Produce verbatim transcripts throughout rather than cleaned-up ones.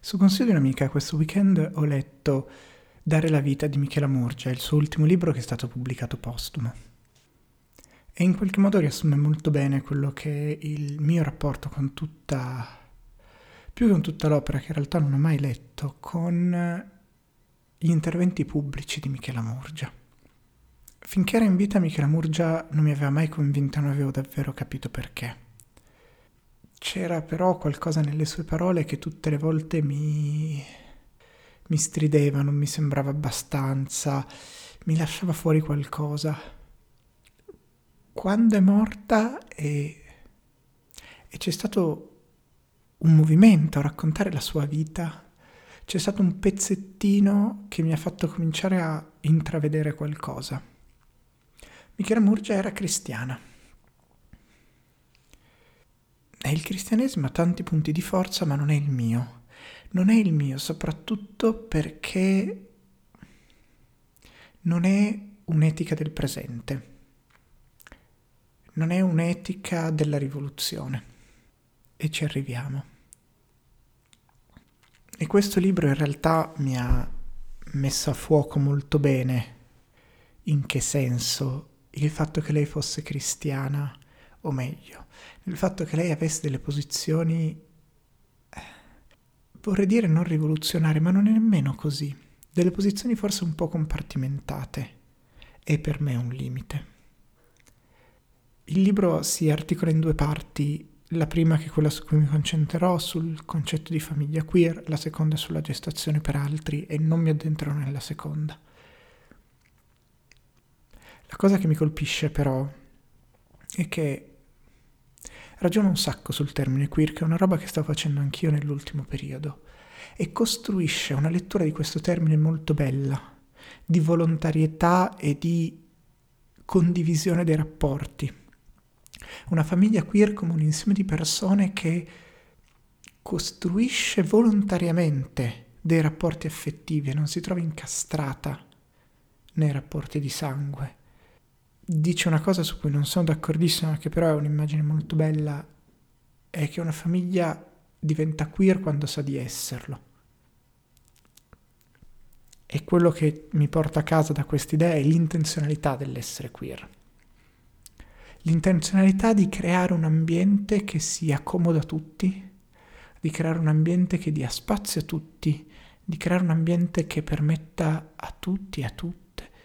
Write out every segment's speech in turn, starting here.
Su consiglio di un'amica questo weekend ho letto Dare la vita di Michela Murgia, il suo ultimo libro che è stato pubblicato postumo. E in qualche modo riassume molto bene quello che è il mio rapporto con tutta, più che con tutta l'opera che in realtà non ho mai letto, con gli interventi pubblici di Michela Murgia. Finché era in vita Michela Murgia non mi aveva mai convinto, non avevo davvero capito perché. C'era però qualcosa nelle sue parole che tutte le volte mi, mi strideva, non mi sembrava abbastanza, mi lasciava fuori qualcosa. Quando è morta e, e c'è stato un movimento a raccontare la sua vita, c'è stato un pezzettino che mi ha fatto cominciare a intravedere qualcosa. Michela Murgia era cristiana. E il cristianesimo ha tanti punti di forza, ma non è il mio. Non è il mio soprattutto perché non è un'etica del presente. Non è un'etica della rivoluzione. E ci arriviamo. E questo libro in realtà mi ha messo a fuoco molto bene in che senso il fatto che lei fosse cristiana, o meglio, il fatto che lei avesse delle posizioni, vorrei dire non rivoluzionarie, ma non è nemmeno così, delle posizioni forse un po' compartimentate, è per me un limite. Il libro si articola in due parti, la prima che è quella su cui mi concentrerò, sul concetto di famiglia queer, la seconda sulla gestazione per altri, e non mi addentrerò nella seconda. La cosa che mi colpisce però è che ragiono un sacco sul termine queer, che è una roba che sto facendo anch'io nell'ultimo periodo, e costruisce una lettura di questo termine molto bella, di volontarietà e di condivisione dei rapporti. Una famiglia queer come un insieme di persone che costruisce volontariamente dei rapporti affettivi e non si trova incastrata nei rapporti di sangue. Dice una cosa su cui non sono d'accordissimo, che però è un'immagine molto bella, è che una famiglia diventa queer quando sa di esserlo. E quello che mi porta a casa da quest'idea è l'intenzionalità dell'essere queer. L'intenzionalità di creare un ambiente che sia comodo a tutti, di creare un ambiente che dia spazio a tutti, di creare un ambiente che permetta a tutti e a tutte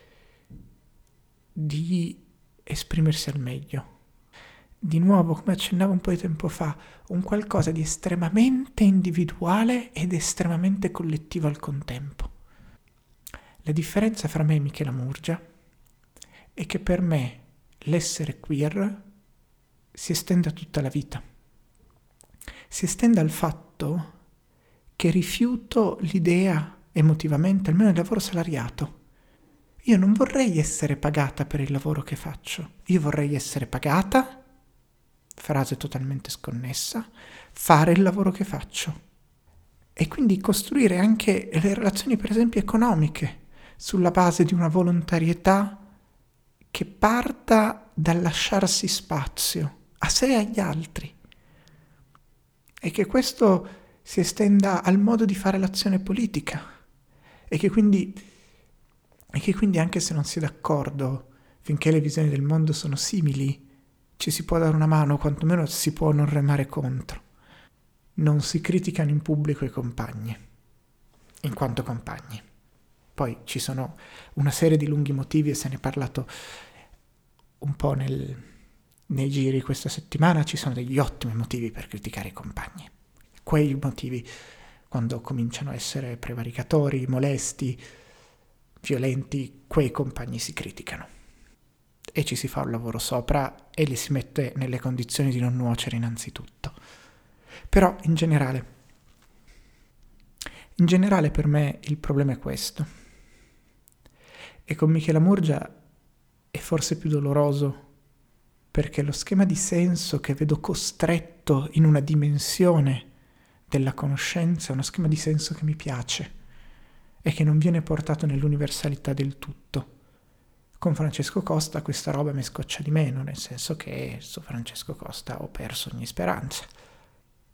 di esprimersi al meglio. Di nuovo, come accennavo un po' di tempo fa, un qualcosa di estremamente individuale ed estremamente collettivo al contempo. La differenza fra me e Michela Murgia è che per me l'essere queer si estende a tutta la vita. Si estende al fatto che rifiuto l'idea emotivamente, almeno del lavoro salariato. Io non vorrei essere pagata per il lavoro che faccio, io vorrei essere pagata, frase totalmente sconnessa, fare il lavoro che faccio. E quindi costruire anche le relazioni, per esempio, economiche, sulla base di una volontarietà che parta dal lasciarsi spazio a sé e agli altri. E che questo si estenda al modo di fare l'azione politica. E che quindi... E che quindi anche se non si è d'accordo, finché le visioni del mondo sono simili, ci si può dare una mano, quantomeno si può non remare contro. Non si criticano in pubblico i compagni, in quanto compagni. Poi ci sono una serie di lunghi motivi, e se ne è parlato un po' nel, nei giri questa settimana, ci sono degli ottimi motivi per criticare i compagni. Quei motivi, quando cominciano a essere prevaricatori, molesti, violenti, quei compagni si criticano e ci si fa un lavoro sopra e li si mette nelle condizioni di non nuocere innanzitutto. Però in generale in generale per me il problema è questo, e con Michela Murgia è forse più doloroso perché lo schema di senso che vedo costretto in una dimensione della conoscenza è uno schema di senso che mi piace e che non viene portato nell'universalità del tutto. Con Francesco Costa questa roba mi scoccia di meno, nel senso che su Francesco Costa ho perso ogni speranza.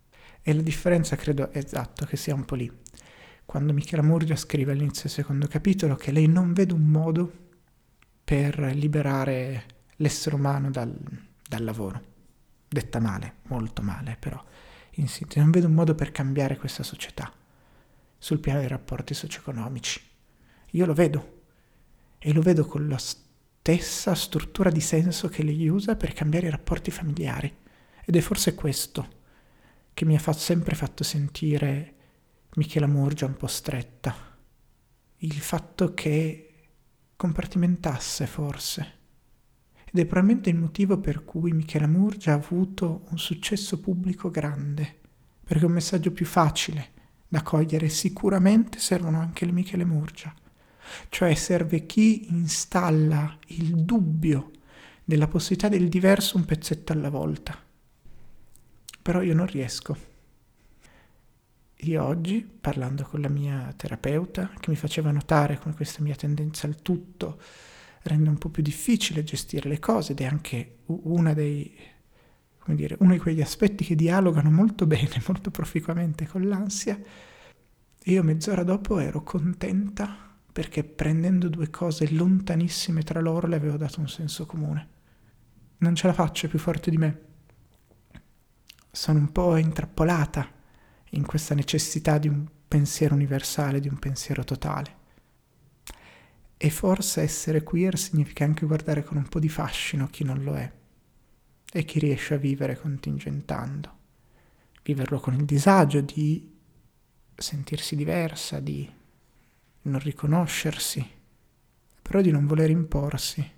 E la differenza credo è esatto che sia un po' lì. Quando Michela Murgia scrive all'inizio del secondo capitolo che lei non vede un modo per liberare l'essere umano dal, dal lavoro. Detta male, molto male, però in sintesi, non vede un modo per cambiare questa società sul piano dei rapporti socio-economici. Io lo vedo, e lo vedo con la stessa struttura di senso che lei usa per cambiare i rapporti familiari. Ed è forse questo che mi ha fatto, sempre fatto sentire Michela Murgia un po' stretta. Il fatto che compartimentasse forse. Ed è probabilmente il motivo per cui Michela Murgia ha avuto un successo pubblico grande, perché è un messaggio più facile da cogliere. Sicuramente servono anche le Michele Murgia, cioè serve chi installa il dubbio della possibilità del diverso un pezzetto alla volta. Però io non riesco. Io oggi, parlando con la mia terapeuta, che mi faceva notare come questa mia tendenza al tutto rende un po' più difficile gestire le cose, ed è anche una dei, come dire, uno di quegli aspetti che dialogano molto bene, molto proficuamente con l'ansia. Io mezz'ora dopo ero contenta perché prendendo due cose lontanissime tra loro le avevo dato un senso comune. Non ce la faccio, è più forte di me. Sono un po' intrappolata in questa necessità di un pensiero universale, di un pensiero totale. E forse essere queer significa anche guardare con un po' di fascino chi non lo è e chi riesce a vivere contingentando. Viverlo con il disagio di sentirsi diversa, di non riconoscersi, però di non voler imporsi,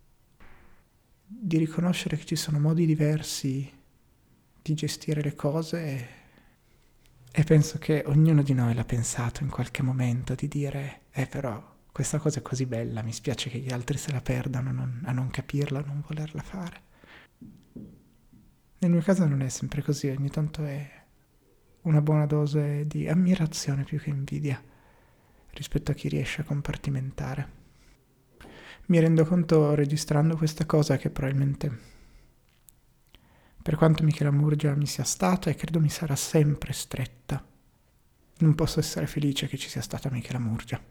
di riconoscere che ci sono modi diversi di gestire le cose. E, e penso che ognuno di noi l'ha pensato in qualche momento, di dire eh però questa cosa è così bella, mi spiace che gli altri se la perdano a non, a non capirla, a non volerla fare. Nel mio caso non è sempre così, ogni tanto è una buona dose di ammirazione più che invidia rispetto a chi riesce a compartimentare. Mi rendo conto registrando questa cosa che probabilmente, per quanto Michela Murgia mi sia stata e credo mi sarà sempre stretta, non posso essere felice che ci sia stata Michela Murgia.